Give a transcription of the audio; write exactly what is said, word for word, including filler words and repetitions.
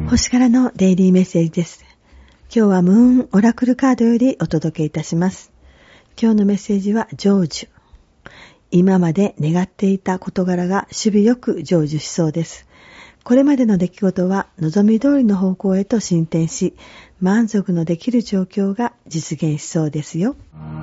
星からのデイリーメッセージです。今日はムーンオラクルカードよりお届けいたします。今日のメッセージは成就。今まで願っていた事柄が守備よく成就しそうです。これまでの出来事は望み通りの方向へと進展し、満足のできる状況が実現しそうですよ。